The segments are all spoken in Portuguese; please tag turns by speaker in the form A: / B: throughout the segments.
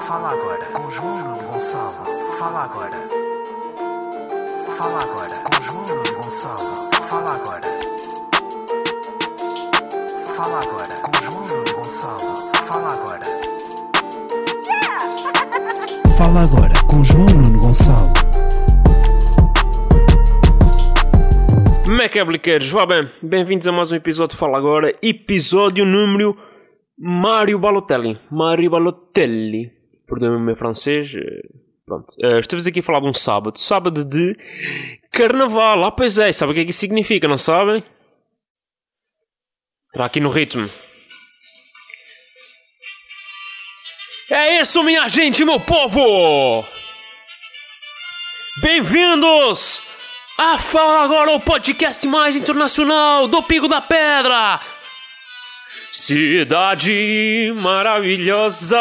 A: Fala agora com João Nuno Gonçalo. Fala agora. Fala agora com João Nuno Gonçalo. Fala agora. Fala agora com João Nuno Gonçalo. Fala agora. Fala agora com João Nuno Gonçalo.
B: Como é que é, bliqueiros? Vá bem, bem-vindos a mais um episódio de Fala Agora, episódio número Mario Balotelli. Perdoem-me o meu francês. Pronto. Estou-vos aqui a falar de um sábado de Carnaval. Ah, pois é, sabe o que é que isso significa, não sabem? Está aqui no ritmo. É isso, minha gente, meu povo! Bem-vindos a Fala Agora, o podcast mais internacional do Pico da Pedra. Cidade maravilhosa,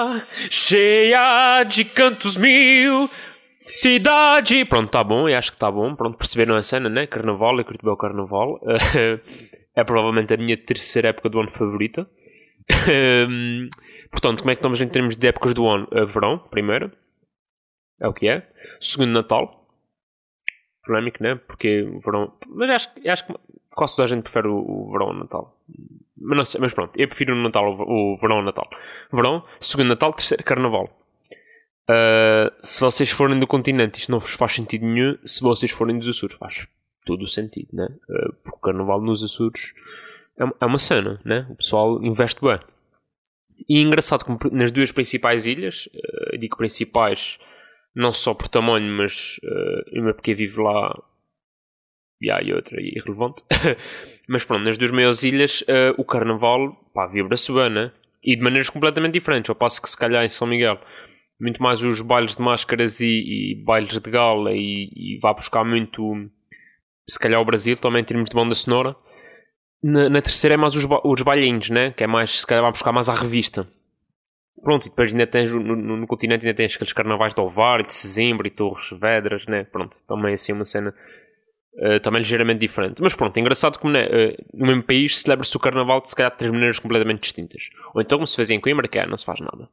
B: cheia de cantos mil. Cidade... Pronto, tá bom, eu acho que tá bom. Pronto, perceberam a cena, né? Carnaval, eu curto bem o Carnaval. É provavelmente a minha terceira época do ano favorita. Portanto, como é que estamos em termos de épocas do ano? Verão, primeiro. É o que é. Segundo, Natal. Polémico, né? Porque o verão... Mas acho que quase toda a gente prefere o verão ao Natal. Mas não sei, mas pronto, eu prefiro o Natal, o verão ao Natal. Verão, segundo Natal, terceiro Carnaval. Se vocês forem do continente, isto não vos faz sentido nenhum. Se vocês forem dos Açores, faz todo o sentido, né? Porque o Carnaval nos Açores é uma cena, né? O pessoal investe bem. E é engraçado como nas duas principais ilhas, digo principais... Não só por tamanho, mas uma porque vive lá e outra irrelevante. Mas pronto, nas duas maiores ilhas o Carnaval, pá, vibra-se bem, né? E de maneiras completamente diferentes. Ao passo que se calhar em São Miguel muito mais os bailes de máscaras e bailes de gala e vá buscar muito, se calhar o Brasil também em termos de banda sonora. Na terceira é mais os bailinhos, né? Que é mais, se calhar vai buscar mais à revista. Pronto, e depois ainda tens no continente ainda tens aqueles carnavais de Ovar, de Sesimbra e Torres Vedras, né? Pronto, também assim uma cena também ligeiramente diferente. Mas pronto, engraçado como, né, no mesmo país celebra-se o carnaval de se calhar de três maneiras completamente distintas. Ou então como se fazia em Coimbra, que não se faz nada.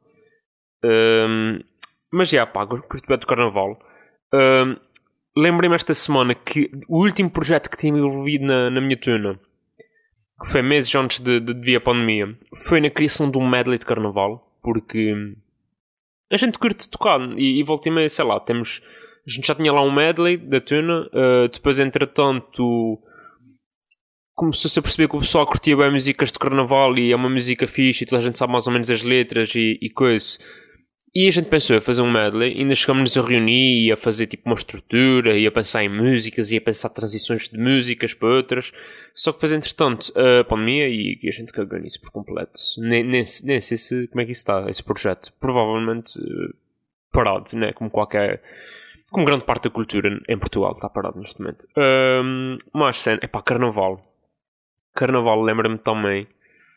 B: Mas já, pá, curto bem do carnaval. Lembrei-me esta semana que o último projeto que tinha me envolvido na minha tuna, que foi meses antes de vir a pandemia, foi na criação de um medley de carnaval. Porque a gente curte tocar e volta e meia, sei lá, a gente já tinha lá um medley da tuna, depois entretanto começou-se a perceber que o pessoal curtia bem músicas de carnaval e é uma música fixe e toda a gente sabe mais ou menos as letras e coisas. E a gente pensou em fazer um medley e ainda chegámos-nos a reunir e a fazer tipo uma estrutura e a pensar em músicas e a pensar transições de músicas para outras. Só que depois, entretanto, a pandemia e a gente cagou nisso por completo. Nem sei como é que isso está, esse projeto. Provavelmente parado, né? Como grande parte da cultura em Portugal está parado neste momento. Mas, epá, Carnaval. Carnaval lembra-me também.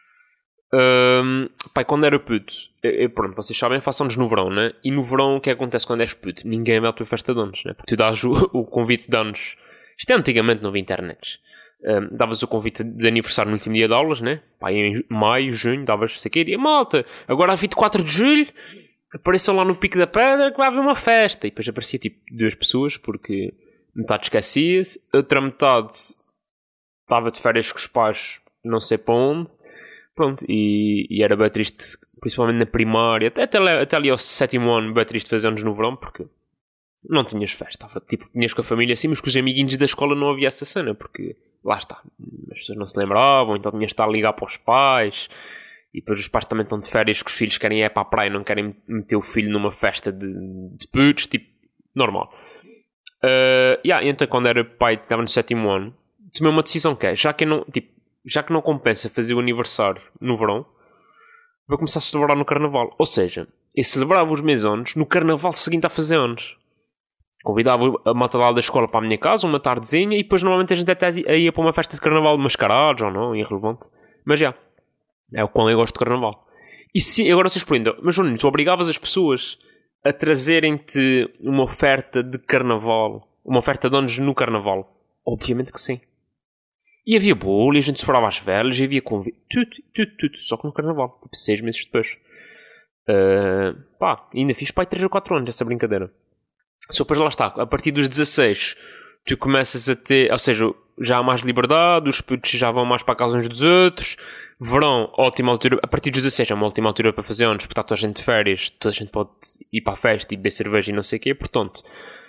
B: Pai, quando era puto, pronto, vocês sabem, façam-nos no verão, né? E no verão o que acontece quando és puto? Ninguém vai à tua festa de anos, né? Porque tu dás o convite de anos. Isto é antigamente, não havia internet. Davas o convite de aniversário no último dia de aulas, né? Pai, em maio, junho, davas isso aqui e malta, agora a 24 de julho apareçam lá no Pico da Pedra que vai haver uma festa. E depois aparecia tipo 2 pessoas, porque metade esquecia-se, outra metade estava de férias com os pais, não sei para onde. Pronto, e era bem triste, principalmente na primária, até ali ao 7º ano, bem triste fazer anos no verão, porque não tinhas festa, tinhas com a família assim, mas com os amiguinhos da escola não havia essa cena, porque lá está, as pessoas não se lembravam, então tinhas de estar a ligar para os pais, e depois os pais também estão de férias, que os filhos querem ir para a praia, não querem meter o filho numa festa de putos, tipo, normal. Então quando era pai, estava no 7º ano, tomei uma decisão que é, já que não compensa fazer o aniversário no verão, vou começar a celebrar no Carnaval. Ou seja, eu celebrava os meus anos no Carnaval seguinte a fazer anos. Convidava a malta lá da escola para a minha casa, uma tardezinha, e depois normalmente a gente até ia para uma festa de Carnaval de mascarados ou não, irrelevante. Mas já, é o qual eu gosto de Carnaval. E sim, agora vocês perguntam, mas João, tu obrigavas as pessoas a trazerem-te uma oferta de Carnaval, uma oferta de anos no Carnaval? Obviamente que sim. E havia bolo, e a gente sobrava às velhas, e havia convite. Tudo. Só que no Carnaval, tipo 6 meses depois. Pá, ainda fiz pai 3 ou 4 anos essa brincadeira. Só depois lá está, a partir dos 16 tu começas a ter, ou seja, já há mais liberdade, os putos já vão mais para a casa uns dos outros. Verão, ótima altura, a partir dos 16 é uma ótima altura para fazer anos, porque está toda a gente de férias, toda a gente pode ir para a festa e beber cerveja e não sei o quê, portanto,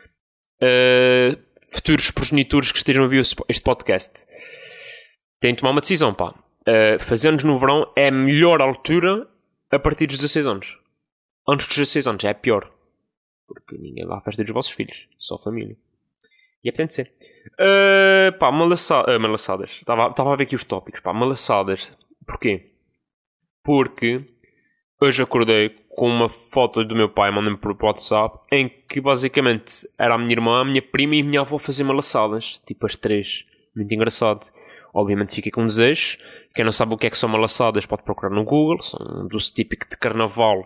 B: futuros progenitores que estejam a ouvir este podcast, têm de tomar uma decisão, pá. Fazer anos no verão é a melhor altura a partir dos 16 anos. Antes dos 16 anos é pior. Porque ninguém vai à festa dos vossos filhos. Só família. E é portanto ser. Pá, malaçadas. Estava a ver aqui os tópicos. Pá, malaçadas. Porquê? Porque hoje acordei com uma foto do meu pai, mandei-me por WhatsApp, em que basicamente era a minha irmã, a minha prima e a minha avó a fazer malaçadas. Tipo as três. Muito engraçado. Obviamente fiquei com desejo. Quem não sabe o que é que são malaçadas pode procurar no Google. São um doce típico de carnaval.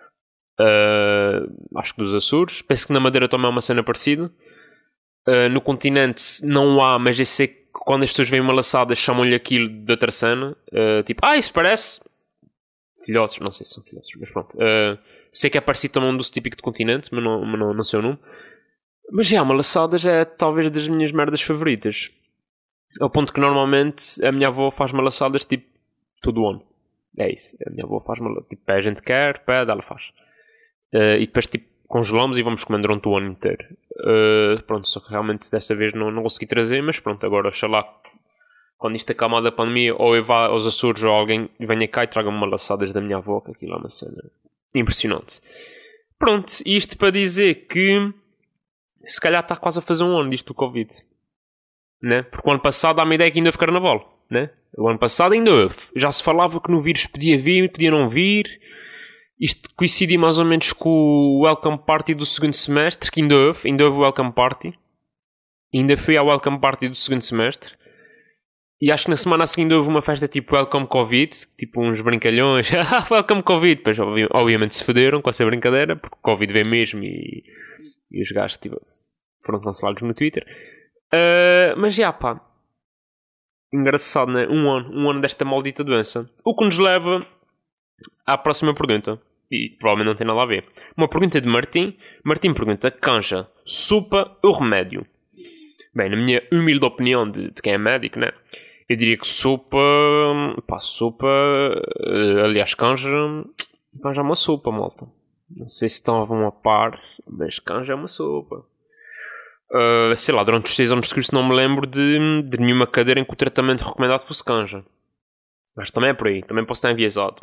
B: Acho que dos Açores. Penso que na Madeira também é uma cena parecida. No continente não há, mas eu sei que quando as pessoas veem malaçadas chamam-lhe aquilo de outra cena. Tipo, isso parece filhosos, não sei se são filhosos, mas pronto. Sei que é parecido também um doce típico de continente, mas não sei o nome. Mas já, malaçadas é talvez das minhas merdas favoritas. Ao ponto que normalmente a minha avó faz malaçadas tipo todo o ano. É isso. A minha avó faz malaçadas. Tipo, a gente quer, pede, ela faz. E depois tipo congelamos e vamos comer durante o ano inteiro. Pronto, só que realmente dessa vez não consegui trazer, mas pronto, agora oxalá quando isto acalmar da pandemia, ou eu vá aos Açores ou alguém venha cá e traga-me malaçadas da minha avó, que aquilo é uma cena impressionante. Pronto, isto para dizer que se calhar está quase a fazer um ano disto do Covid. Né? Porque o ano passado há uma ideia que ainda houve carnaval. Né? O ano passado ainda houve. Já se falava que no vírus podia vir, podia não vir. Isto coincidiu mais ou menos com o Welcome Party do segundo semestre, que ainda houve o Welcome Party. Ainda fui ao Welcome Party do segundo semestre. E acho que na semana seguinte houve uma festa tipo Welcome Covid, tipo uns brincalhões. Welcome Covid! Depois obviamente se foderam com essa brincadeira, porque o Covid veio mesmo e os gajos tipo, foram cancelados no Twitter. Mas já pá, engraçado, né? Um ano desta maldita doença. O que nos leva à próxima pergunta. E provavelmente não tem nada a ver. Uma pergunta de Martim. Martim pergunta: canja, sopa ou remédio? Bem, na minha humilde opinião de quem é médico, né? Eu diria que sopa... Pá, sopa... aliás, canja é uma sopa, malta. Não sei se estavam a par, mas canja é uma sopa. Sei lá, durante os 6 anos de curso não me lembro de nenhuma cadeira em que o tratamento recomendado fosse canja. Mas também é por aí. Também posso estar enviesado,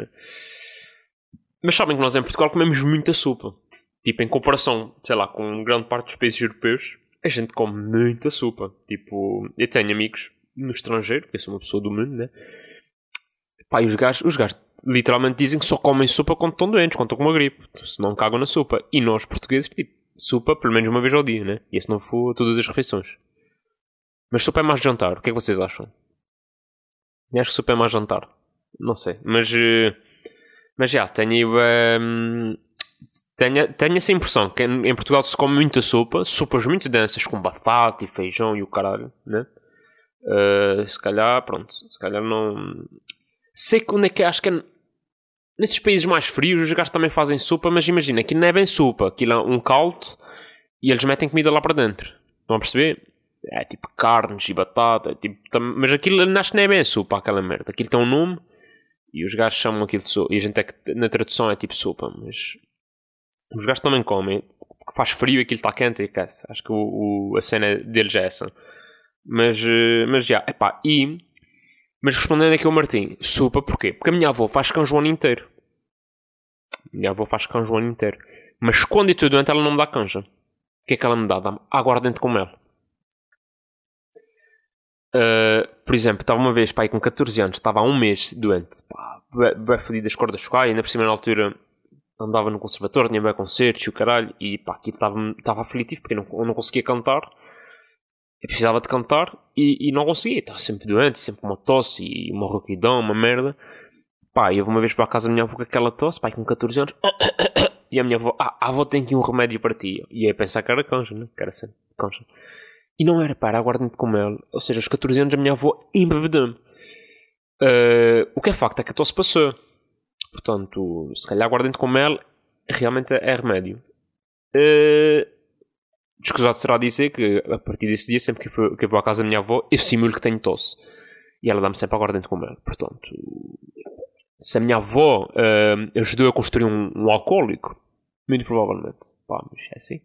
B: mas sabem que nós em Portugal comemos muita sopa. Tipo, em comparação, sei lá, com grande parte dos países europeus, a gente come muita sopa. Tipo, eu tenho amigos no estrangeiro, porque eu sou uma pessoa do mundo, né? Pá, e os gajos literalmente dizem que só comem sopa quando estão doentes, quando estão com uma gripe. Se não cagam na sopa. E nós, portugueses, tipo, sopa pelo menos uma vez ao dia, né? E se não for, todas as refeições. Mas sopa é mais jantar. O que é que vocês acham? Eu acho que sopa é mais jantar. Não sei. Mas já, tenho essa impressão que em Portugal se come muita sopa. Sopas muito densas, com batata e feijão e o caralho, né? Se calhar, pronto. Se calhar não... Sei que onde é que acho que é... Nesses países mais frios os gajos também fazem sopa, mas imagina, aquilo não é bem sopa. Aquilo é um caldo e eles metem comida lá para dentro. Estão a perceber? É tipo carnes e batata, tipo, mas aquilo acho que não é bem sopa, aquela merda. Aquilo tem um nome e os gajos chamam aquilo de sopa. E a gente é que na tradução é tipo sopa, mas os gajos também comem. Faz frio e aquilo está quente e aquece. Acho que a cena deles é essa. Mas já, epá, mas respondendo aqui ao Martim, sopa porquê? Porque a minha avó faz canja o ano inteiro. Mas quando eu estou doente ela não me dá canja. O que é que ela me dá? Dá-me aguardente com mel. Por exemplo, estava uma vez, pá, aí com 14 anos, estava há um mês doente, pá, bem fodido das cordas vocais, ainda por cima na altura andava no conservatório, tinha bem concertos e o caralho, e pá, aquilo estava aflitivo porque eu não conseguia cantar, eu precisava de cantar e não conseguia, estava sempre doente, sempre com uma tosse e uma rouquidão, uma merda, pá, e eu uma vez fui à casa da minha avó com aquela tosse, pá, com 14 anos, e a minha avó, a avó tem aqui um remédio para ti, e eu ia pensar que era canja, né, que era sempre canja. E não era, pá, era aguardente com mel. Ou seja, aos 14 anos a minha avó embebedou-me. O que é facto é que a tosse passou. Portanto, se calhar aguardente com mel realmente é remédio. Escusado será dizer que a partir desse dia, sempre que eu vou à casa da minha avó, eu simulo que tenho tosse. E ela dá-me sempre aguardente de comer. Portanto, se a minha avó ajudou a construir um alcoólico, muito provavelmente. Pá, mas é assim.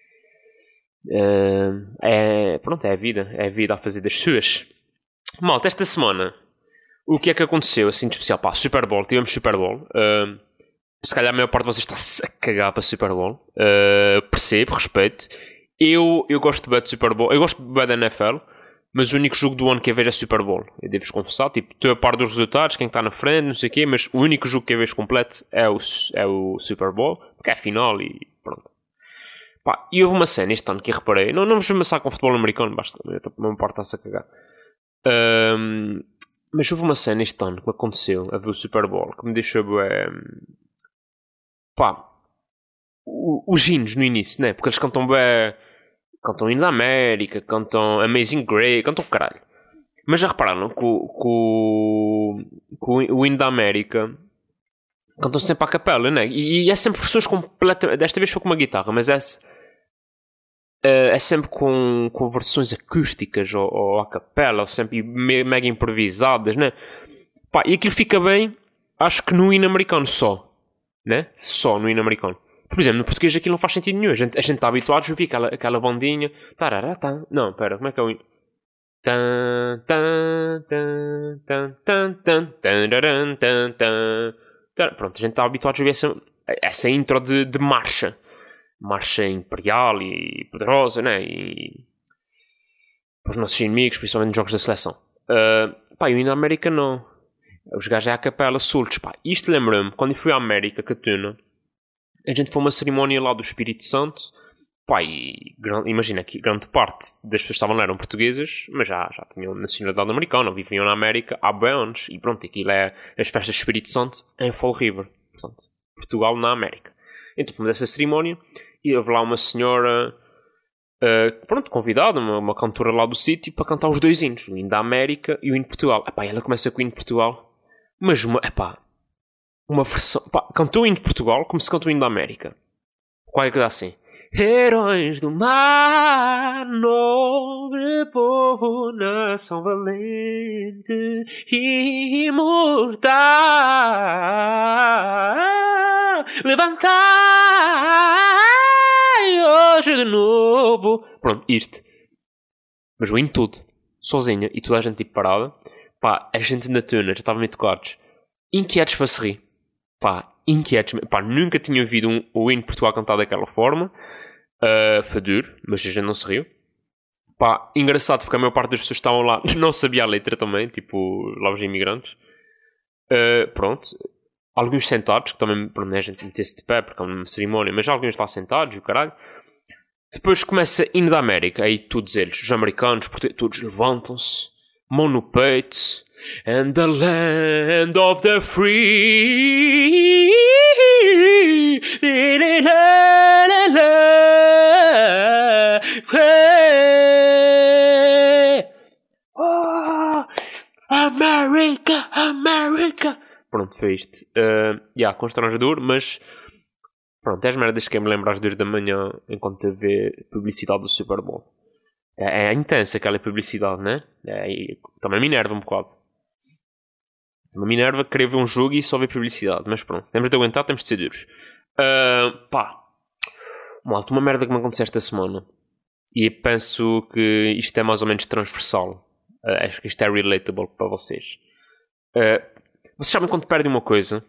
B: Pronto, é a vida a fazer das suas. Malta, esta semana, o que é que aconteceu assim de especial? Pá, Super Bowl, tivemos Super Bowl. Se calhar a maior parte de vocês está-se a cagar para Super Bowl. Percebo, respeito. Eu gosto de ver de Super Bowl. Eu gosto de ver da NFL, mas o único jogo do ano que eu vejo é Super Bowl. Eu devo-vos confessar, tipo, estou a par dos resultados, quem está na frente, não sei o quê, mas o único jogo que eu vejo completo é o Super Bowl, porque é a final e pronto. Pá, e houve uma cena este ano que eu reparei. Não vos amassar com futebol americano, basta, não me importa está-se a cagar. Mas houve uma cena este ano que aconteceu a ver o Super Bowl que me deixou pá, os hinos no início, né? Porque eles cantam bem, cantam o hino da América, cantam Amazing Grace, cantam caralho. Mas já repararam que o hino da América cantam sempre à capela, né? E é sempre versões completamente. Desta vez foi com uma guitarra, mas é sempre com versões acústicas ou à capela, ou sempre mega improvisadas, né? Pá, e aquilo fica bem, acho que no hino americano só, né? Só no hino americano. Por exemplo, no português aquilo não faz sentido nenhum. A gente está habituado a ouvir aquela bandinha. Tarará. Não, pera, como é que é o hino? Pronto, a gente está habituado a ouvir essa intro de marcha. Marcha imperial e poderosa, né? E para os nossos inimigos, principalmente nos jogos da seleção. Pá, e o hino da América não. Os gajos é a capela, soltos. Pá, isto lembra-me, quando eu fui à América, Catuna, a gente foi a uma cerimónia lá do Espírito Santo. Pá, e imagina que grande parte das pessoas que estavam lá eram portuguesas, mas já tinham nacionalidade americana, viviam na América há bem anos. E pronto, aquilo é as festas do Espírito Santo em Fall River. Portanto, Portugal na América. Então fomos a essa cerimónia e houve lá uma senhora, pronto, convidada, uma cantora lá do sítio, para cantar os dois hinos, o hino da América e o hino de Portugal. Epá, ela começa com o hino de Portugal, mas uma versão, pá, cantou o hino de Portugal como se cantou o hino da América. Qual é que dá assim? Heróis do mar, nobre povo, nação valente, imortal, levantai hoje de novo. Pronto, isto. Mas o hino tudo, sozinha, e toda a gente tipo parada. Pá, a gente na tuna já estava meio tocados, inquietos para se rir. Pá, inquietos. Pá, nunca tinha ouvido o hino de Portugal cantado daquela forma. Foi duro, mas a gente não se riu. Pá, engraçado porque a maior parte das pessoas que estavam lá não sabia a letra também, tipo, lá os imigrantes. Pronto. Alguns sentados, que também, pronto, a gente metesse de pé porque é uma cerimónia, mas alguns lá sentados, o caralho. Depois começa hino da América, aí todos eles, os americanos, todos levantam-se, mão no peito. And the land of the free. Oh, America, America. Pronto, foi isto. Constrangedor, mas pronto, é as merdas que eu me lembro às 2 da manhã enquanto a ver publicidade do Super Bowl. É intensa aquela publicidade, né? Também me enerva um bocado. Também me enerva querer ver um jogo e só ver publicidade. Mas pronto, temos de aguentar, temos de ser duros. Malta, uma merda que me aconteceu esta semana. E penso que isto é mais ou menos transversal. Acho que isto é relatable para vocês. Vocês sabem quando perdem uma coisa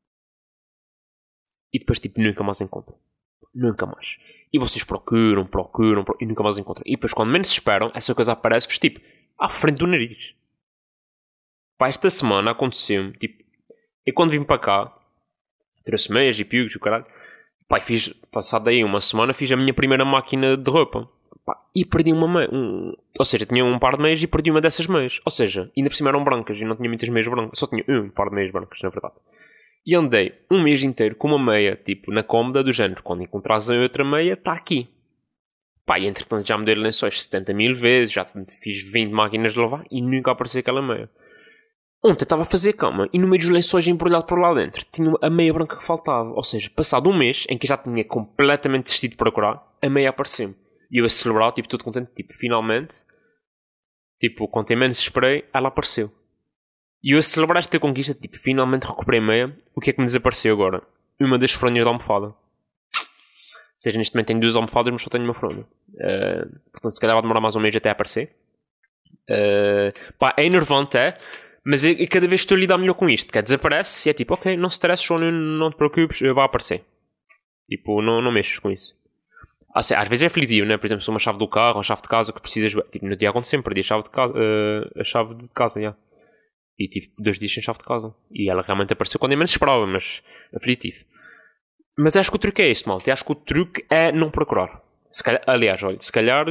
B: e depois tipo nunca mais encontram. Nunca mais. E vocês procuram e nunca mais encontram. E depois quando menos se esperam, essa coisa aparece-vos tipo à frente do nariz. Pá, esta semana aconteceu-me, tipo, eu quando vim para cá, trouxe meias e piugos e o caralho, pá, fiz, passado aí uma semana, fiz a minha primeira máquina de roupa. Pá, e perdi uma meia. Ou seja, tinha um par de meias e perdi uma dessas meias. Ou seja, ainda por cima eram brancas e não tinha muitas meias brancas. Só tinha um par de meias brancas, na verdade. E andei um mês inteiro com uma meia, tipo, na cômoda do género. Quando encontrares a outra meia, está aqui. Pá, e entretanto já me dei lençóis 70 mil vezes, já fiz 20 máquinas de lavar e nunca apareceu aquela meia. Ontem estava a fazer cama e no meio dos lençóis embrulhado por lá dentro tinha a meia branca que faltava. Ou seja, passado um mês em que eu já tinha completamente desistido de procurar, a meia apareceu-me. E eu a celebrar, tipo, todo contente, tipo, finalmente, tipo, quando tem menos spray, ela apareceu. E eu a celebrar esta conquista, tipo, finalmente recuperei a meia. O que é que me desapareceu agora? Uma das fronhas da almofada. Ou seja, neste momento tenho 2 almofadas, mas só tenho uma fronha. Portanto, se calhar vai demorar mais um mês até aparecer. Pá, é enervante, é. Mas eu cada vez estou a lidar melhor com isto. Que desaparece e é tipo, ok, não se stresses, João, não te preocupes, vai aparecer. Tipo, não mexas com isso. Às vezes é aflitivo, né? Por exemplo, se uma chave do carro, uma chave de casa que precisas... Tipo, no dia aconteceu, perdi a chave de casa, já. E tive 2 dias sem chave de casa. E ela realmente apareceu quando eu menos esperava, mas aflitivo. Mas acho que o truque é este, malta. Acho que o truque é não procurar. Se calhar, aliás, olha, se calhar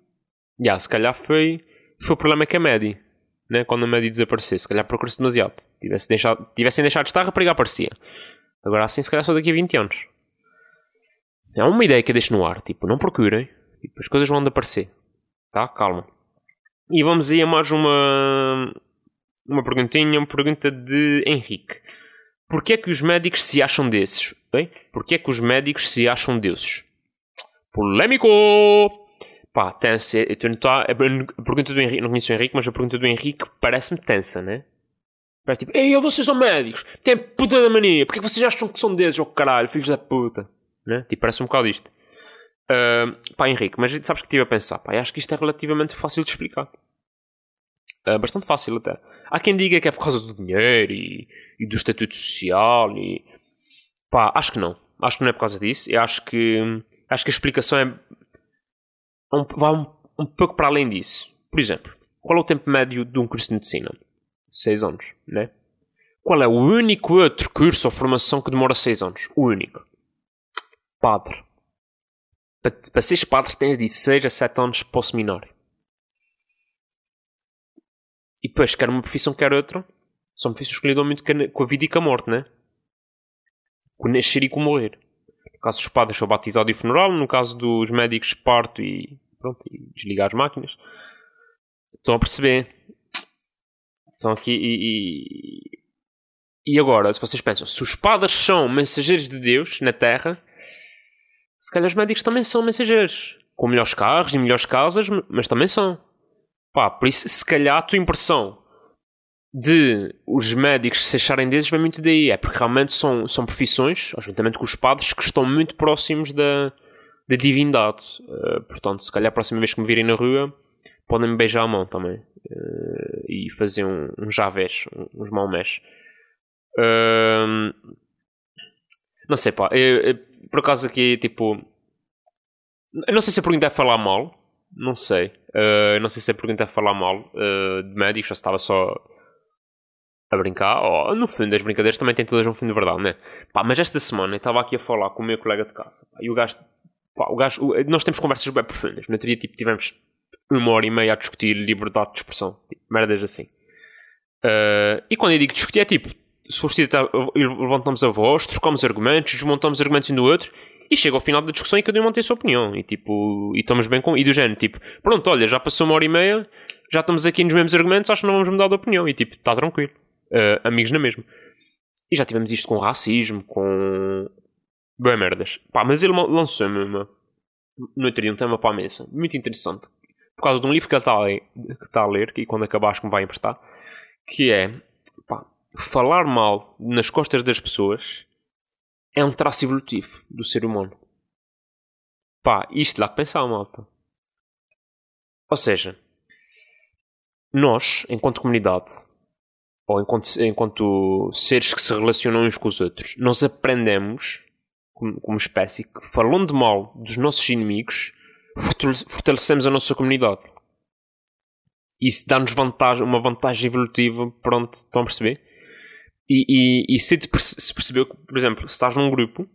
B: foi o problema que a Maddie, né? Quando a Maddie desapareceu, se calhar procurou-se demasiado. Tivessem deixado de estar, a rapariga aparecia. Agora assim, se calhar só daqui a 20 anos. É uma ideia que eu deixo no ar. Tipo, não procurem. Tipo, as coisas vão de aparecer. Tá? Calma. E vamos aí a mais uma perguntinha. Uma pergunta de Henrique. Porquê é que os médicos se acham desses? Bem? Porquê é que os médicos se acham deuses? Polémico! Pá, tensa. A pergunta do Henrique, não conheço o Henrique, mas a pergunta do Henrique parece-me tensa, né? Parece tipo, ei, vocês são médicos, têm puta da mania, porque vocês acham que são deuses, oh caralho, filhos da puta, né? Tipo, parece um bocado isto. Pá, Henrique, mas sabes que estive a pensar, pá, acho que isto é relativamente fácil de explicar. Bastante fácil até. Há quem diga que é por causa do dinheiro e do estatuto social e... Pá, acho que não. Acho que não é por causa disso. Eu acho que a explicação vai um pouco para além disso. Por exemplo, qual é o tempo médio de um curso de medicina? 6 anos, né? Qual é o único outro curso ou formação que demora 6 anos? O único. Padre. Para seres padre tens de 6 a 7 anos para o seminário. E depois, quer uma profissão, quer outra, são profissões que lidam muito com a vida e com a morte, né? Com o nascer e com o morrer. No caso dos padres, é o batizado e o funeral. No caso dos médicos, parto e pronto, e desligar as máquinas. Estão a perceber? Estão aqui e agora, se vocês pensam, se os padres são mensageiros de Deus na Terra, se calhar os médicos também são mensageiros. Com melhores carros e melhores casas, mas também são. Pá, por isso, se calhar a tua impressão de os médicos se acharem desses vem muito daí. É porque realmente são profissões, juntamente com os padres, que estão muito próximos da divindade. Portanto, se calhar a próxima vez que me virem na rua, podem-me beijar a mão também. E fazer uns javés, uns maomés. Não sei, pá. Por acaso aqui, tipo... Eu não sei se a pergunta é falar mal. Não sei. Não sei se a pergunta é falar mal de médicos ou se estava só a brincar. Ou, no fundo, as brincadeiras também têm todas um fundo de verdade, né? Pá, mas esta semana eu estava aqui a falar com o meu colega de casa. Pá, e o gajo... nós temos conversas bem profundas. No outro dia, tipo, tivemos 1h30 a discutir liberdade de expressão. Tipo, merdas assim. E quando eu digo discutir é tipo... Se for preciso, levantamos a voz, trocamos argumentos, desmontamos argumentos um do outro... E chega ao final da discussão e cada um mantém a sua opinião. E tipo, e estamos bem com... E do género, tipo, pronto, olha, já passou 1h30, já estamos aqui nos mesmos argumentos, acho que não vamos mudar de opinião. E tipo, está tranquilo. Amigos na mesma. E já tivemos isto com racismo, com... Bem merdas. Pá, mas ele lançou-me no outro dia um tema para a mesa. Muito interessante. Por causa de um livro que ele está a ler, e quando acabar acho que me vai emprestar, que é, pá, falar mal nas costas das pessoas... É um traço evolutivo do ser humano. Pá, isto dá que pensar, malta. Ou seja, nós, enquanto comunidade, ou enquanto seres que se relacionam uns com os outros, nós aprendemos, como espécie, que falando de mal dos nossos inimigos, fortalecemos a nossa comunidade. Isso dá-nos uma vantagem evolutiva, pronto, estão a perceber? E se percebeu que, por exemplo, se estás num grupo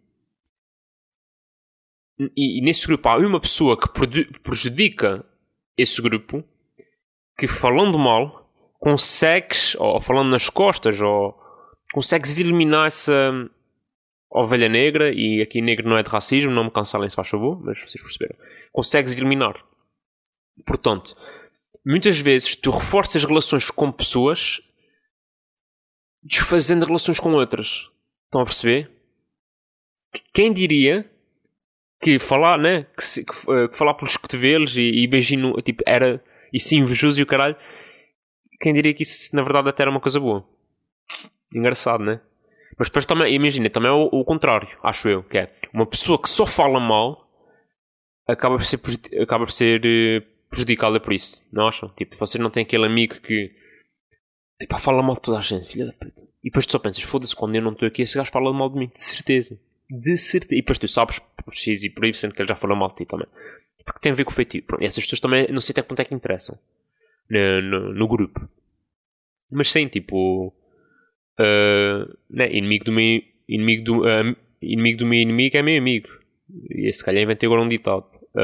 B: e nesse grupo há uma pessoa que prejudica esse grupo, que falando mal consegues, ou falando nas costas, ou consegues eliminar essa ovelha negra, e aqui negro não é de racismo, não me cancelem se faz favor, mas vocês perceberam, consegues eliminar. Portanto, muitas vezes tu reforças relações com pessoas desfazendo relações com outras. Estão a perceber? Quem diria que falar, né? Que falar pelos cotovelos e beijinho, tipo, era... E sim, invejoso e o caralho. Quem diria que isso, na verdade, até era uma coisa boa. Engraçado, né? Mas depois também, imagina, também é o contrário, acho eu. Que é uma pessoa que só fala mal acaba por ser prejudicada por isso. Não acham? Tipo, vocês não têm aquele amigo que... Tipo, fala mal de toda a gente, filha da puta. E depois tu só pensas, foda-se, quando eu não estou aqui, esse gajo fala mal de mim, de certeza. De certeza. E depois tu sabes por X e por Y que ele já falou mal de ti também. Porque tem a ver com o feitiço. E essas pessoas também, não sei até quanto é que interessam. No grupo. Mas sim, tipo... né? Inimigo do meu inimigo é meu amigo. E se calhar inventei agora um ditado.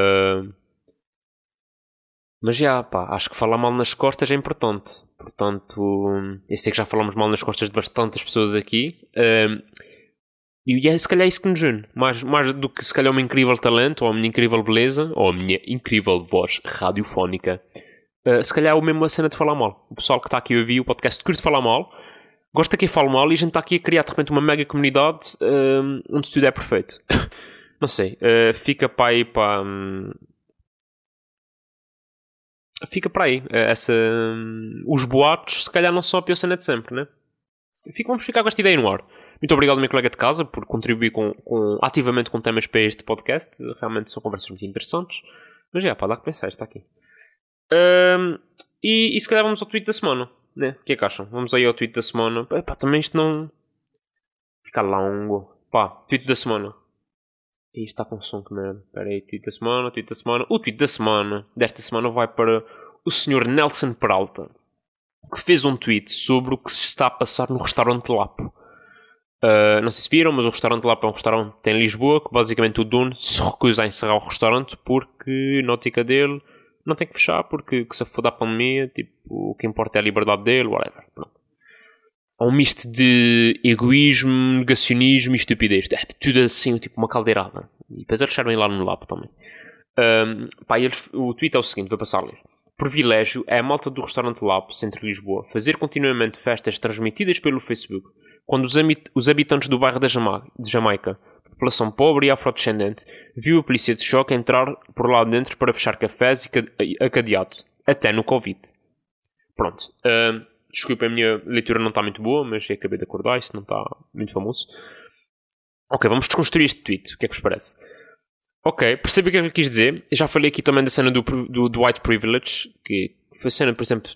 B: Mas já, pá, acho que falar mal nas costas é importante. Portanto, eu sei que já falamos mal nas costas de bastantes pessoas aqui. E é se calhar isso que nos une. Mais do que se calhar o meu incrível talento, ou a minha incrível beleza, ou a minha incrível voz radiofónica. Se calhar é o mesmo a cena de falar mal. O pessoal que está aqui a ouvir o podcast curte falar mal, gosta que eu falo mal, e a gente está aqui a criar de repente uma mega comunidade onde tudo é perfeito. Não sei. Fica para aí para... fica para aí. Os boatos, se calhar, não são a pior cena de sempre, né? Vamos ficar com esta ideia no ar. Muito obrigado, meu colega de casa, por contribuir ativamente com temas para este podcast. Realmente são conversas muito interessantes. Mas já, pá, dá que pensar, está aqui. E se calhar vamos ao tweet da semana, né? O que é que acham? Vamos aí ao tweet da semana. Pá, também isto não... fica longo. Pá, tweet da semana. E isto está com som que merda. Espera aí, tweet da semana. O tweet da semana desta semana vai para o Sr. Nelson Peralta, que fez um tweet sobre o que se está a passar no restaurante Lapo. Não sei se viram, mas o restaurante Lapo é um restaurante em Lisboa, que basicamente o dono se recusa a encerrar o restaurante porque, na ótica dele, não tem que fechar porque se foda a pandemia, tipo, o que importa é a liberdade dele, whatever. Pronto. Há um misto de egoísmo, negacionismo e estupidez. É tudo assim, tipo uma caldeirada. E depois eles servem lá no Lapo também. O tweet é o seguinte, vou passar a ler. Privilégio é a malta do restaurante Lapo, centro de Lisboa, fazer continuamente festas transmitidas pelo Facebook, quando os habitantes do bairro de Jamaica, população pobre e afrodescendente, viu a polícia de choque entrar por lá dentro para fechar cafés e cadeado, até no Covid. Pronto. Desculpa, a minha leitura não está muito boa, mas eu acabei de acordar, isso não está muito famoso. Ok, vamos desconstruir este tweet. O que é que vos parece? Ok, percebe o que é que eu quis dizer? Eu já falei aqui também da cena do white privilege, que foi a cena, por exemplo,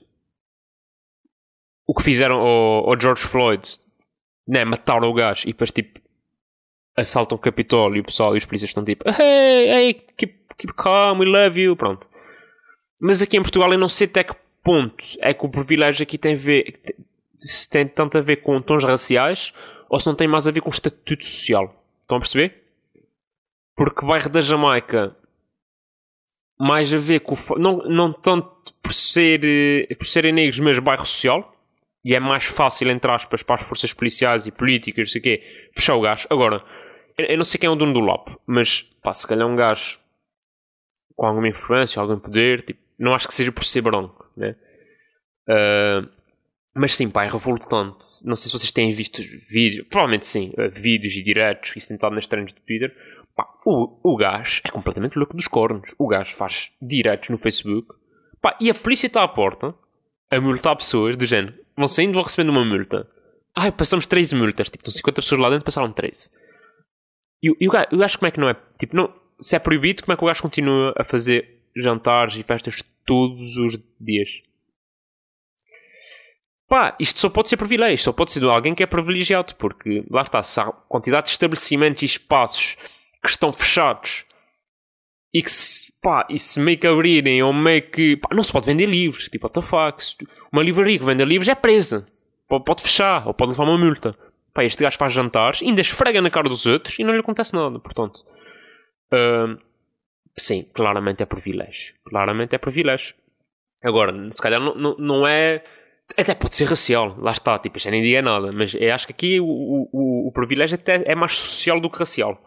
B: o que fizeram ao George Floyd, né, mataram o gajo e depois tipo assaltam o Capitólio e o pessoal e os polícias estão tipo hey, keep calm, we love you, pronto. Mas aqui em Portugal eu não sei até que ponto é que o privilégio aqui se tem tanto a ver com tons raciais ou se não tem mais a ver com estatuto social. Estão a perceber? Porque o bairro da Jamaica mais a ver com não tanto por serem negros, mas bairro social, e é mais fácil, entre aspas, para as forças policiais e políticas, não sei o quê, fechar o gajo. Agora, eu não sei quem é o dono do Lapo, mas pá, se calhar um gajo com alguma influência, algum poder, tipo, não acho que seja por ser branco, né? Mas sim, pá, é revoltante. Não sei se vocês têm visto vídeos, provavelmente sim, vídeos e diretos, isso tem estado nas trends do Twitter. Pá, o gajo é completamente louco dos cornos. O gajo faz diretos no Facebook, pá, e a polícia está à porta a multar pessoas do género. Vão saindo e vão recebendo uma multa. Passamos 13 multas, tipo, estão 50 pessoas lá dentro, passaram 13. E o gajo como é que não é? Tipo, não, se é proibido, como é que o gajo continua a fazer jantares e festas todos os dias? Pá, isto só pode ser privilégio, só pode ser de alguém que é privilegiado, porque lá está, se há quantidade de estabelecimentos e espaços que estão fechados e que se meio que abrirem ou meio que... Pá, não se pode vender livros, tipo, what the fuck? Uma livraria que vende livros é presa, pode fechar ou pode levar uma multa. Pá, este gajo faz jantares, ainda esfrega na cara dos outros e não lhe acontece nada, portanto... sim, claramente é privilégio. Agora, se calhar não é... Até pode ser racial, lá está, tipo, isto nem diga nada, mas eu acho que aqui o privilégio até é mais social do que racial.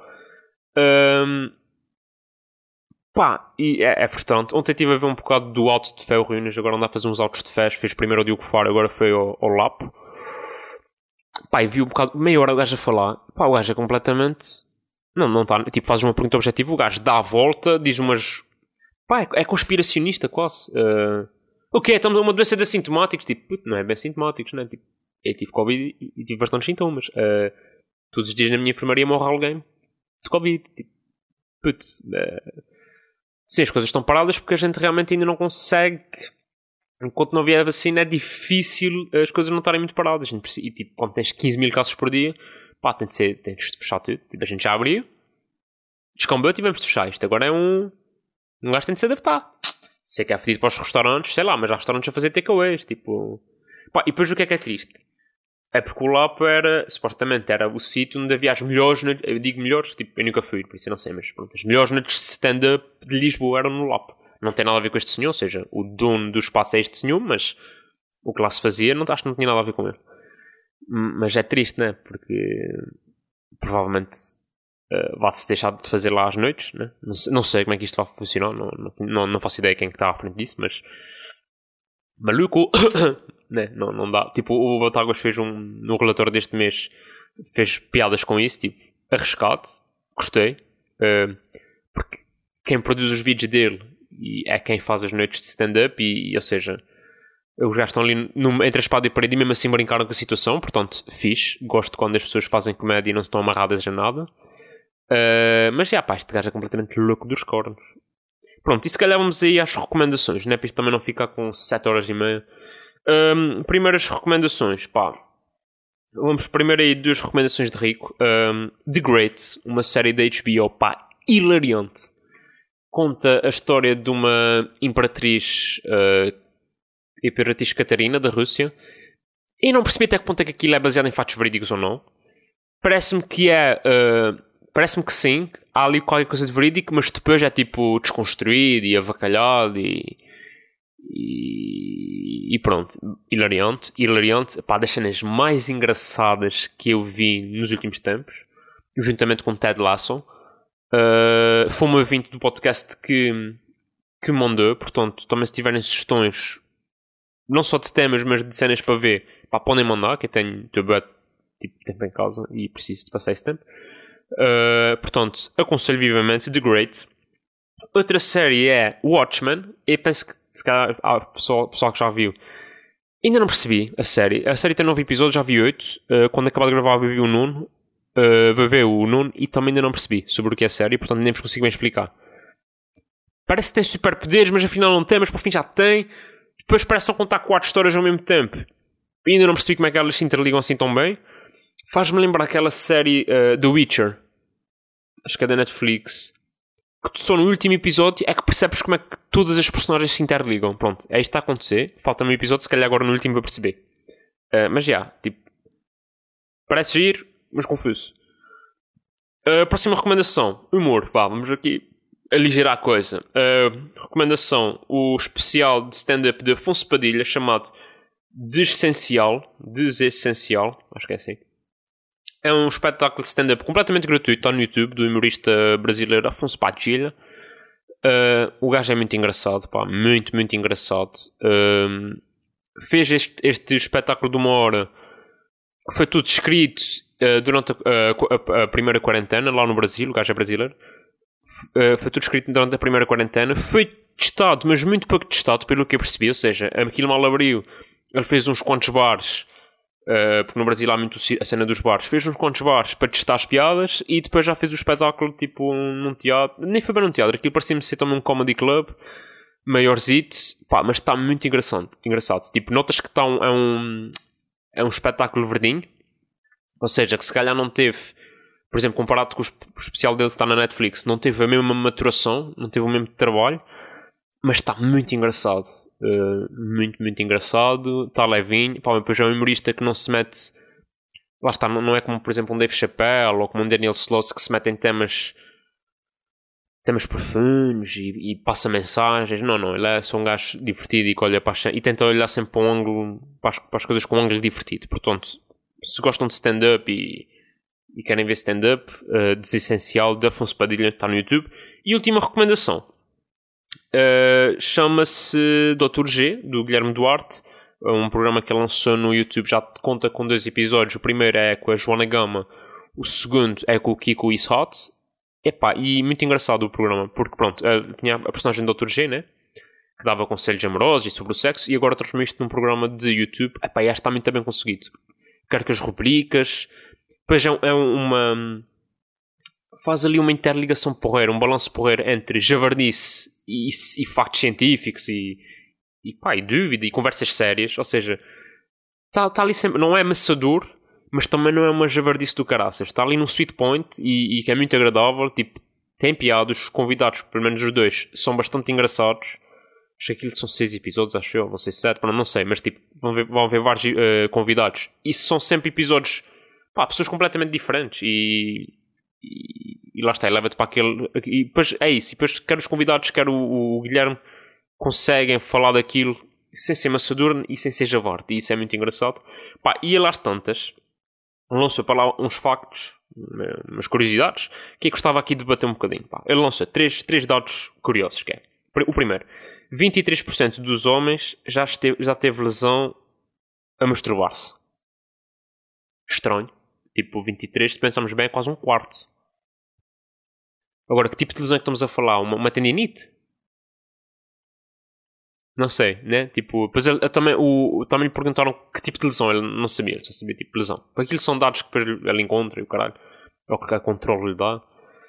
B: Pá, e é frustrante. Ontem estive a ver um bocado do Alto de Fé, o Ruínas, agora anda a fazer uns autos de fé, fez primeiro ao Diogo Faro, agora foi ao Lapo. Pá, e vi um bocado, meia hora o gajo a falar. Pá, o gajo é completamente... Não está... Tipo, fazes uma pergunta objetiva, o gajo dá a volta, diz umas... Pá, é conspiracionista quase. O que é? Estamos a uma doença de assintomáticos. Tipo, puto, não é bem assintomáticos, né? Tipo, eu tive Covid e tive bastantes sintomas. Todos os dias na minha enfermaria morre alguém de Covid. Tipo, puto, sim, as coisas estão paradas porque a gente realmente ainda não consegue... Enquanto não vier a vacina é difícil as coisas não estarem muito paradas. E tipo, quando tens 15 mil casos por dia, pá, tens de fechar tudo. Tipo, a gente já abriu, descambou e tivemos de fechar. Isto agora é um gajo tem de se adaptar. Sei que é fedido para os restaurantes, sei lá, mas há restaurantes a fazer takeaways, tipo... Pá, e depois o que é triste? É porque o Lapa supostamente era o sítio onde havia as melhores noites, eu digo melhores, tipo, eu nunca fui, por isso eu não sei, mas pronto, as melhores noites de stand-up de Lisboa eram no Lapa. Não tem nada a ver com este senhor, ou seja, o dono do espaço é este senhor, mas o que lá se fazia, acho que não tinha nada a ver com ele. Mas é triste, né? Porque provavelmente vai-se deixar de fazer lá às noites, né? Não sei como é que isto vai funcionar, não faço ideia quem é que está à frente disso, mas maluco, né? Não dá. Tipo, o Batáguas fez no relatório deste mês, fez piadas com isso, tipo, arriscado, gostei, porque quem produz os vídeos dele e é quem faz as noites de stand-up ou seja, os gajos estão ali entre a espada e a parede e mesmo assim brincaram com a situação, portanto, fixe, gosto quando as pessoas fazem comédia e não estão amarradas a nada, mas já pá, este gajo é completamente louco dos cornos. Pronto, e se calhar vamos aí às recomendações, né, para isto também não ficar com 7 horas e meia. Primeiras recomendações, pá, vamos primeiro aí 2 recomendações de rico. The Great, uma série da HBO, pá, hilariante. Conta a história de uma imperatriz Catarina, da Rússia. E não percebi até que ponto é que aquilo é baseado em fatos verídicos ou não. Parece-me que parece-me que sim. Há ali qualquer coisa de verídico, mas depois é tipo desconstruído e avacalhado e pronto. Hilariante. Pá, das cenas mais engraçadas que eu vi nos últimos tempos. Juntamente com Ted Lasso. Foi um ouvinte do podcast que mandou, portanto, também se tiverem sugestões, não só de temas, mas de cenas para ver, pá, podem mandar, que eu tenho tipo, tempo em casa e preciso de passar esse tempo. Portanto, aconselho vivamente The Great. Outra série é Watchmen, e penso que se calhar há pessoal que já viu. Ainda não percebi a série. A série tem 9 episódios, já vi 8. Quando acabar de gravar, vou ver o nono. Vou ver o nono e também ainda não percebi sobre o que é a série, portanto nem vos consigo bem explicar. Parece que tem superpoderes, mas afinal não tem, mas por fim já tem. Depois parece que estão a contar 4 histórias ao mesmo tempo e ainda não percebi como é que elas se interligam assim tão bem. Faz-me lembrar aquela série The Witcher, acho que é da Netflix, que só no último episódio é que percebes como é que todas as personagens se interligam. Pronto, é isto que está a acontecer. Falta-me um episódio, se calhar agora no último vou perceber. Mas já, tipo, parece giro, mas confuso. Próxima recomendação, humor. Vamos aqui aligerar a coisa. Recomendação, o especial de stand-up de Afonso Padilha, chamado Desessencial, acho que é assim. É um espetáculo de stand-up completamente gratuito, está no YouTube, do humorista brasileiro Afonso Padilha. O gajo é muito engraçado, pá, muito engraçado. Fez este espetáculo de 1 hora, que foi tudo escrito durante a primeira quarentena, lá no Brasil. O gajo é brasileiro. Foi tudo escrito durante a primeira quarentena. Foi testado, mas muito pouco testado, pelo que eu percebi. Ou seja, aquilo mal abriu. Ele fez uns quantos bares, porque no Brasil há muito a cena dos bares. Fez uns quantos bares para testar as piadas e depois já fez o espetáculo tipo num teatro. Nem foi bem num teatro, aquilo parecia-me ser também um comedy club maiorzito, pá, mas está muito engraçado. Tipo, notas que está é um espetáculo verdinho, ou seja, que se calhar não teve, por exemplo, comparado com o especial dele que está na Netflix, não teve a mesma maturação, não teve o mesmo trabalho, mas está muito engraçado. Muito engraçado, está levinho. Pá, depois é um humorista que não se mete, lá está, não é como por exemplo um Dave Chappelle ou como um Daniel Sloss, que se mete em temas profundos e passa mensagens. Não, ele é só um gajo divertido e que olha para e tenta olhar sempre para um ângulo, para as coisas com um ângulo divertido. Portanto, se gostam de stand-up e querem ver stand-up, Desessencial, de Afonso Padilha, está no YouTube. E última recomendação, chama-se Dr. G, do Guilherme Duarte. um programa que ele lançou no YouTube, já conta com 2 episódios. O primeiro é com a Joana Gama, o segundo é com o Kiko Is Hot. Epá, e muito engraçado o programa, porque pronto, tinha a personagem do Dr. G, né? Que dava conselhos amorosos e sobre o sexo, e agora transformou isto num programa de YouTube. Epá, e acho que está muito bem conseguido. Quer que as rubricas, depois faz ali uma interligação porreira, um balanço porreiro entre javardice e factos científicos e dúvida e conversas sérias. Ou seja, está ali sempre, não é amassador, mas também não é uma javardice do caraças. Está ali num sweet point e que é muito agradável. Tipo, tem piadas, os convidados, pelo menos os 2, são bastante engraçados. Acho que aquilo são 6 episódios, acho eu, não sei se 7, não sei, mas tipo, vão ver vários convidados. E são sempre episódios, pessoas completamente diferentes e lá está, leva-te para aquele... E depois é isso, e depois quer os convidados, quer o Guilherme, conseguem falar daquilo sem ser amassador e sem ser javarde, e isso é muito engraçado. E ele às tantas lança para lá uns factos, umas curiosidades, que eu gostava aqui de debater um bocadinho. Ele lança três dados curiosos, que é: o primeiro, 23% dos homens já teve lesão a masturbar-se. Estranho. Tipo, 23, se pensamos bem, é quase um quarto. Agora, que tipo de lesão é que estamos a falar? Uma tendinite? Não sei, né? Tipo, depois também lhe perguntaram que tipo de lesão. Ele não sabia, só sabia tipo de lesão. Porque aquilo são dados que depois ele encontra e o caralho. Ou que o controle lhe dá.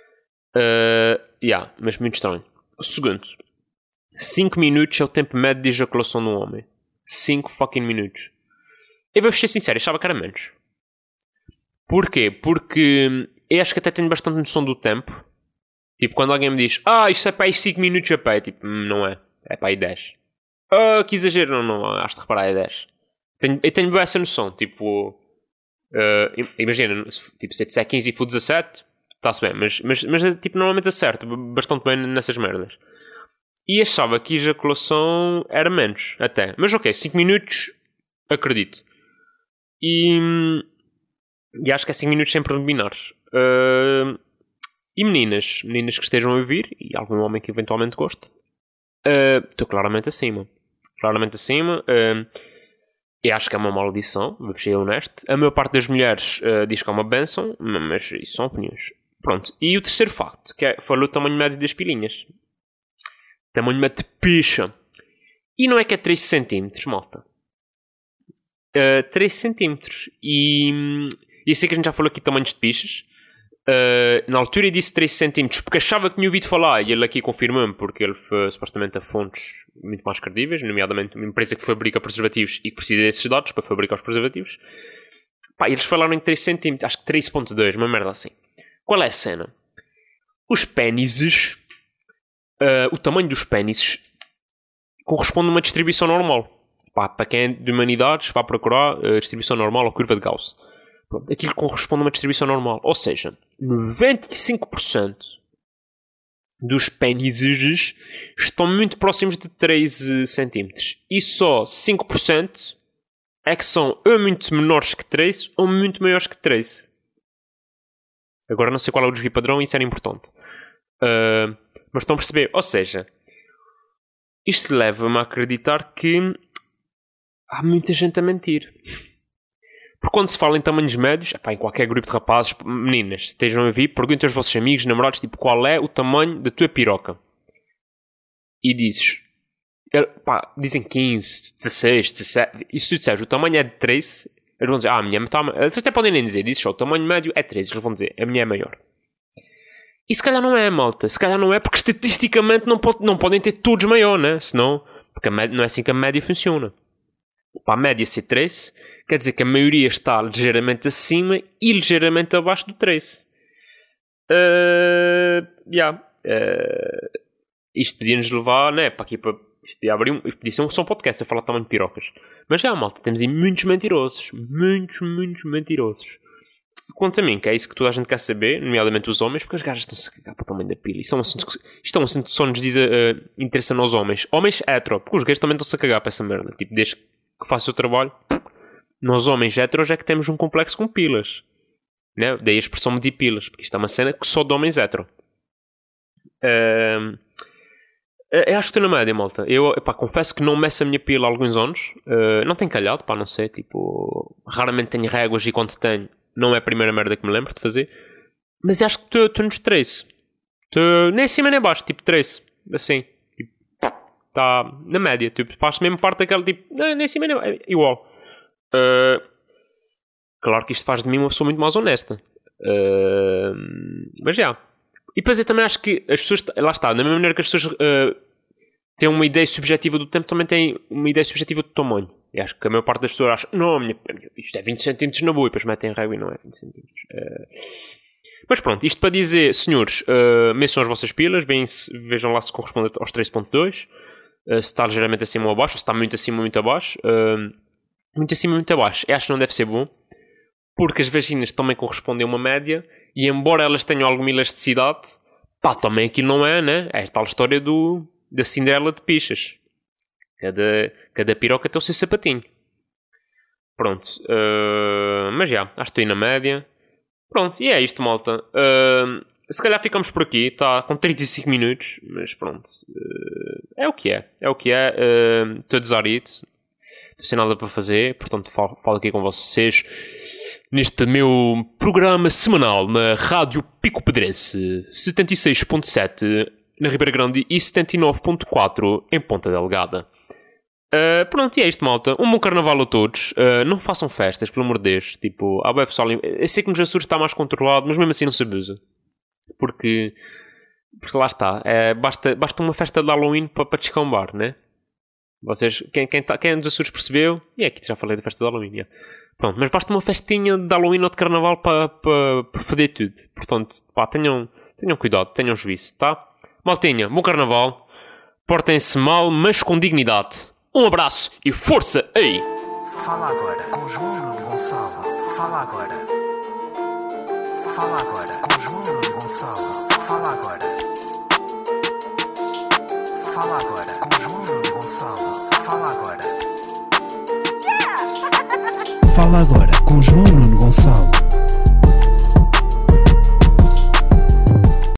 B: Mas muito estranho. O segundo, 5 minutos é o tempo médio de ejaculação de um homem. 5 fucking minutos. Eu vou ser sincero, achava que era menos. Porquê? Porque eu acho que até tenho bastante noção do tempo. Tipo, quando alguém me diz: isto é para aí 5 minutos a pé. Tipo, não é. É para aí 10. Que exagero. Não, acho de reparar, é 10. Eu tenho bem essa noção. Tipo, imagina, tipo, se eu disser 15 e for 17, está-se bem. Mas tipo, normalmente acerto bastante bem nessas merdas. E achava que a ejaculação era menos, até. Mas ok, 5 minutos, acredito. E acho que é 5 minutos sem preliminares. E meninas que estejam a ouvir, e algum homem que eventualmente goste, estou claramente acima. Eu acho que é uma maldição, vou ser honesto. A maior parte das mulheres diz que é uma bênção, mas isso são opiniões. Pronto. E o terceiro facto, que falou o tamanho médio das pilinhas. Tamanho médio de picha. E não é que é 3 cm, malta. 3 cm. E sei que a gente já falou aqui de tamanhos de pichas. Na altura eu disse 3 cm porque achava que tinha ouvido falar, e ele aqui confirmou-me, porque ele foi supostamente a fontes muito mais credíveis, nomeadamente uma empresa que fabrica preservativos e que precisa desses dados para fabricar os preservativos. Eles falaram em 3 cm, acho que 3.2, uma merda assim. Qual é a cena? Os pénises, o tamanho dos pénises corresponde a uma distribuição normal. Para quem é de humanidades, vá procurar a distribuição normal ou curva de Gauss. Pronto, aquilo corresponde a uma distribuição normal. Ou seja, 95% dos pénises estão muito próximos de 3 cm. E só 5% é que são ou muito menores que 3 ou muito maiores que 3. Agora não sei qual é o desvio padrão e isso era importante. Mas estão a perceber? Ou seja, isto leva-me a acreditar que há muita gente a mentir. Porque quando se fala em tamanhos médios, em qualquer grupo de rapazes, meninas, estejam a vir, perguntem aos vossos amigos, namorados, tipo, qual é o tamanho da tua piroca? E dizem 15, 16, 17. E se tu disseres o tamanho é de 3, eles vão dizer: a minha é. Eles até podem nem dizer: dizes só o tamanho médio é 3. Eles vão dizer: a minha é maior. E se calhar não é, malta. Se calhar não é porque estatisticamente não podem ter todos maior, né? Senão, porque não é assim que a média funciona. Para a média ser 3, quer dizer que a maioria está ligeiramente acima e ligeiramente abaixo do 3. Isto podia-nos levar, né, para aqui para... Isto podia ser um podcast a falar de tamanho de pirocas. Mas malta, temos aí muitos mentirosos. Muitos mentirosos. Quanto a mim, que é isso que toda a gente quer saber, nomeadamente os homens, porque as gajas estão-se a cagar para o tamanho da pila. Isto é um assunto que só nos diz interessa nos homens. Homens hetero, porque os gays também estão-se a cagar para essa merda. Tipo, desde que faça o trabalho, nós homens heteros é que temos um complexo com pilas, né? Daí a expressão medir pilas, porque isto é uma cena que só de homens hetero. Eu acho que estou na média, malta. Eu, confesso que não meço a minha pila há alguns anos. Não tenho calhado, não sei. Tipo, raramente tenho réguas e quando tenho, não é a primeira merda que me lembro de fazer. Mas acho que estou nos 13. Nem acima nem abaixo, tipo 13. Assim, tipo, está na média. Tipo, faz mesmo parte daquela, tipo, nem acima nem abaixo. Igual. Claro que isto faz de mim uma pessoa muito mais honesta. Mas já. E depois eu também acho que as pessoas, lá está, da mesma maneira que as pessoas têm uma ideia subjetiva do tempo, também têm uma ideia subjetiva do tamanho. E acho que a maior parte das pessoas acha, não, isto é 20 cm na boa, e depois metem régua e não é 20 cm. Mas pronto, isto para dizer, senhores, meçam as vossas pilas, vejam lá se corresponde aos 13.2, se está ligeiramente acima ou abaixo, ou se está muito acima ou muito abaixo. Muito acima ou muito abaixo, eu acho que não deve ser bom, porque as vaginas também correspondem a uma média, e embora elas tenham alguma elasticidade, também aquilo não é, né? É a tal história da Cinderela de pichas. Cada piroca tem o seu sapatinho. Pronto. Mas já, acho que estou aí na média. Pronto, e é isto, malta. Se calhar ficamos por aqui. Está com 35 minutos, mas pronto. É o que é. É o que é. Estou desarido. Estou sem nada para fazer, portanto falo aqui com vocês neste meu programa semanal na Rádio Pico Pedrense 76.7 na Ribeira Grande e 79.4 em Ponta Delgada. Pronto, e é isto, malta. Um bom carnaval a todos. Não façam festas, pelo amor de Deus. Tipo, pessoal, eu sei que nos Açores está mais controlado, mas mesmo assim não se abusa. Porque lá está. Basta uma festa de Halloween para descambar, né? Vocês, quem dos Açores percebeu, e aqui já falei da festa de Halloween, yeah. Pronto, mas basta uma festinha de Halloween ou de Carnaval para foder tudo. Portanto, tenham cuidado, tenham juízo, tá? Maltinha, bom Carnaval, portem-se mal, mas com dignidade. Um abraço e força aí!
A: Fala agora com João Nuno Gonçalo. Fala agora. Fala agora com João Nuno Gonçalo. Fala agora. Fala agora com João Nuno Gonçalo. Fala agora. Fala agora com João Nuno Gonçalo.